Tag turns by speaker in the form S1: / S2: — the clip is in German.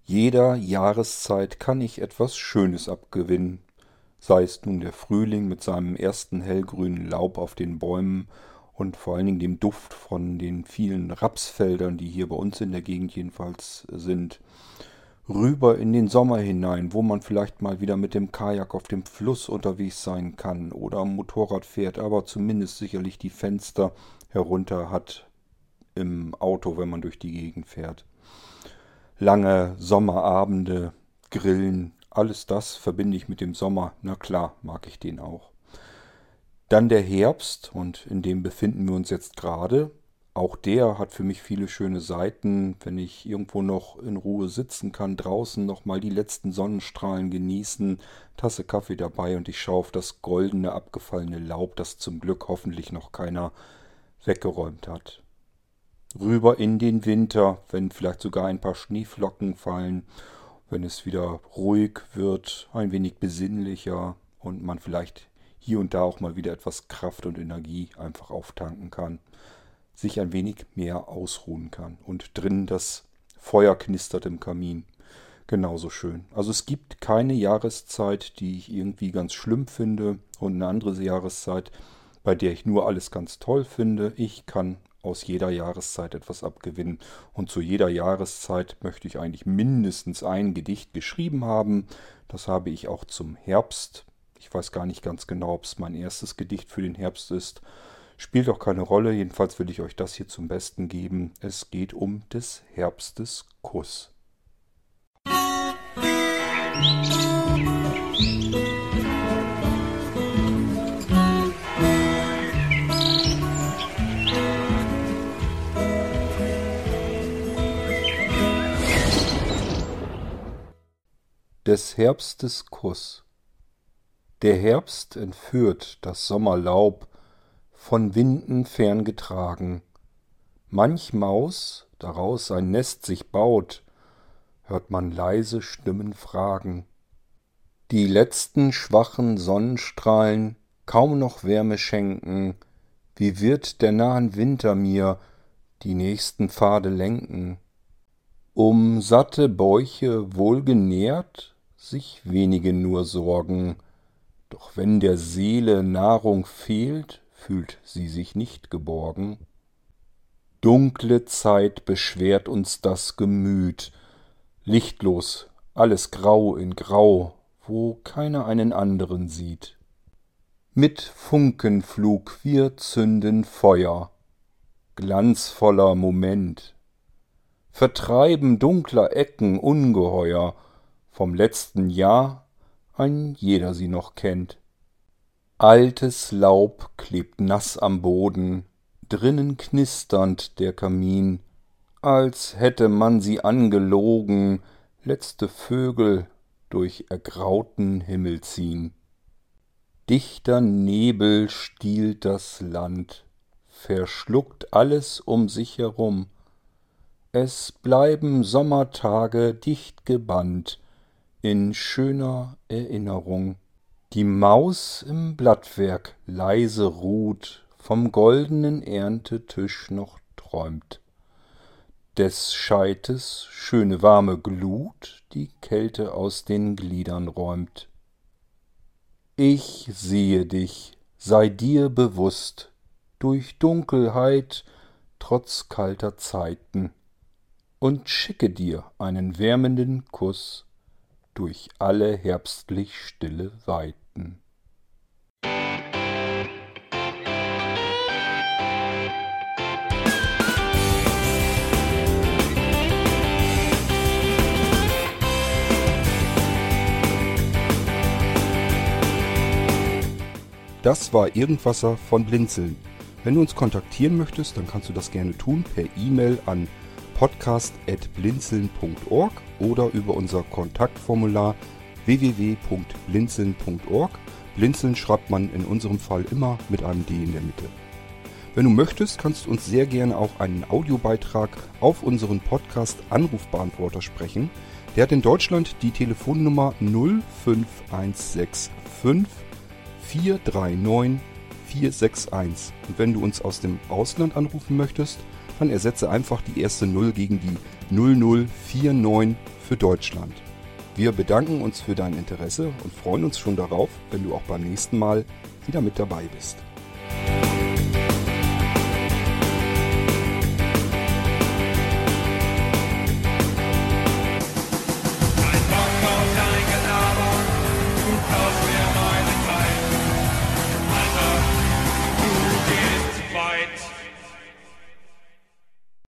S1: Jeder Jahreszeit kann ich etwas Schönes abgewinnen, sei es nun der Frühling mit seinem ersten hellgrünen Laub auf den Bäumen und vor allen Dingen dem Duft von den vielen Rapsfeldern, die hier bei uns in der Gegend jedenfalls sind, rüber in den Sommer hinein, wo man vielleicht mal wieder mit dem Kajak auf dem Fluss unterwegs sein kann oder am Motorrad fährt, aber zumindest sicherlich die Fenster herunter hat im Auto, wenn man durch die Gegend fährt. Lange Sommerabende, Grillen, alles das verbinde ich mit dem Sommer. Na klar, mag ich den auch. Dann der Herbst, und in dem befinden wir uns jetzt gerade. Auch der hat für mich viele schöne Seiten, wenn ich irgendwo noch in Ruhe sitzen kann, draußen nochmal die letzten Sonnenstrahlen genießen, Tasse Kaffee dabei und ich schaue auf das goldene, abgefallene Laub, das zum Glück hoffentlich noch keiner weggeräumt hat. Rüber in den Winter, wenn vielleicht sogar ein paar Schneeflocken fallen, wenn es wieder ruhig wird, ein wenig besinnlicher und man vielleicht hier und da auch mal wieder etwas Kraft und Energie einfach auftanken kann, sich ein wenig mehr ausruhen kann und drin das Feuer knistert im Kamin. Genauso schön. Also es gibt keine Jahreszeit, die ich irgendwie ganz schlimm finde und eine andere Jahreszeit, bei der ich nur alles ganz toll finde. Ich kann aus jeder Jahreszeit etwas abgewinnen. Und zu jeder Jahreszeit möchte ich eigentlich mindestens ein Gedicht geschrieben haben. Das habe ich auch zum Herbst. Ich weiß gar nicht ganz genau, ob es mein erstes Gedicht für den Herbst ist. Spielt auch keine Rolle. Jedenfalls will ich euch das hier zum Besten geben. Es geht um des Herbstes Kuss. Des Herbstes Kuss. Der Herbst entführt das Sommerlaub, von Winden ferngetragen. Manch Maus daraus ein Nest sich baut, hört man leise Stimmen fragen. Die letzten schwachen Sonnenstrahlen kaum noch Wärme schenken, wie wird der nahen Winter mir die nächsten Pfade lenken? Um satte Bäuche wohlgenährt sich wenige nur sorgen, doch wenn der Seele Nahrung fehlt, fühlt sie sich nicht geborgen. Dunkle Zeit beschwert uns das Gemüt, lichtlos, alles grau in grau, wo keiner einen anderen sieht. Mit Funkenflug wir zünden Feuer, glanzvoller Moment, vertreiben dunkler Ecken Ungeheuer, vom letzten Jahr ein jeder sie noch kennt. Altes Laub klebt nass am Boden, drinnen knisternd der Kamin, als hätte man sie angelogen, letzte Vögel durch ergrauten Himmel ziehen. Dichter Nebel stiehlt das Land, verschluckt alles um sich herum. Es bleiben Sommertage dicht gebannt in schöner Erinnerung. Die Maus im Blattwerk leise ruht, vom goldenen Erntetisch noch träumt. Des Scheites schöne warme Glut die Kälte aus den Gliedern räumt. Ich sehe dich, sei dir bewusst, durch Dunkelheit, trotz kalter Zeiten, und schicke dir einen wärmenden Kuss durch alle herbstlich stille Weiten. Das war Irgendwasser von Blinzeln. Wenn du uns kontaktieren möchtest, dann kannst du das gerne tun per E-Mail an podcast@blinzeln.org oder über unser Kontaktformular www.blinzeln.org. Blinzeln schreibt man in unserem Fall immer mit einem D in der Mitte. Wenn du möchtest, kannst du uns sehr gerne auch einen Audiobeitrag auf unseren Podcast-Anrufbeantworter sprechen. Der hat in Deutschland die Telefonnummer 05165 439 461. Und wenn du uns aus dem Ausland anrufen möchtest, dann ersetze einfach die erste 0 gegen die 0049 für Deutschland. Wir bedanken uns für dein Interesse und freuen uns schon darauf, wenn du auch beim nächsten Mal wieder mit dabei bist.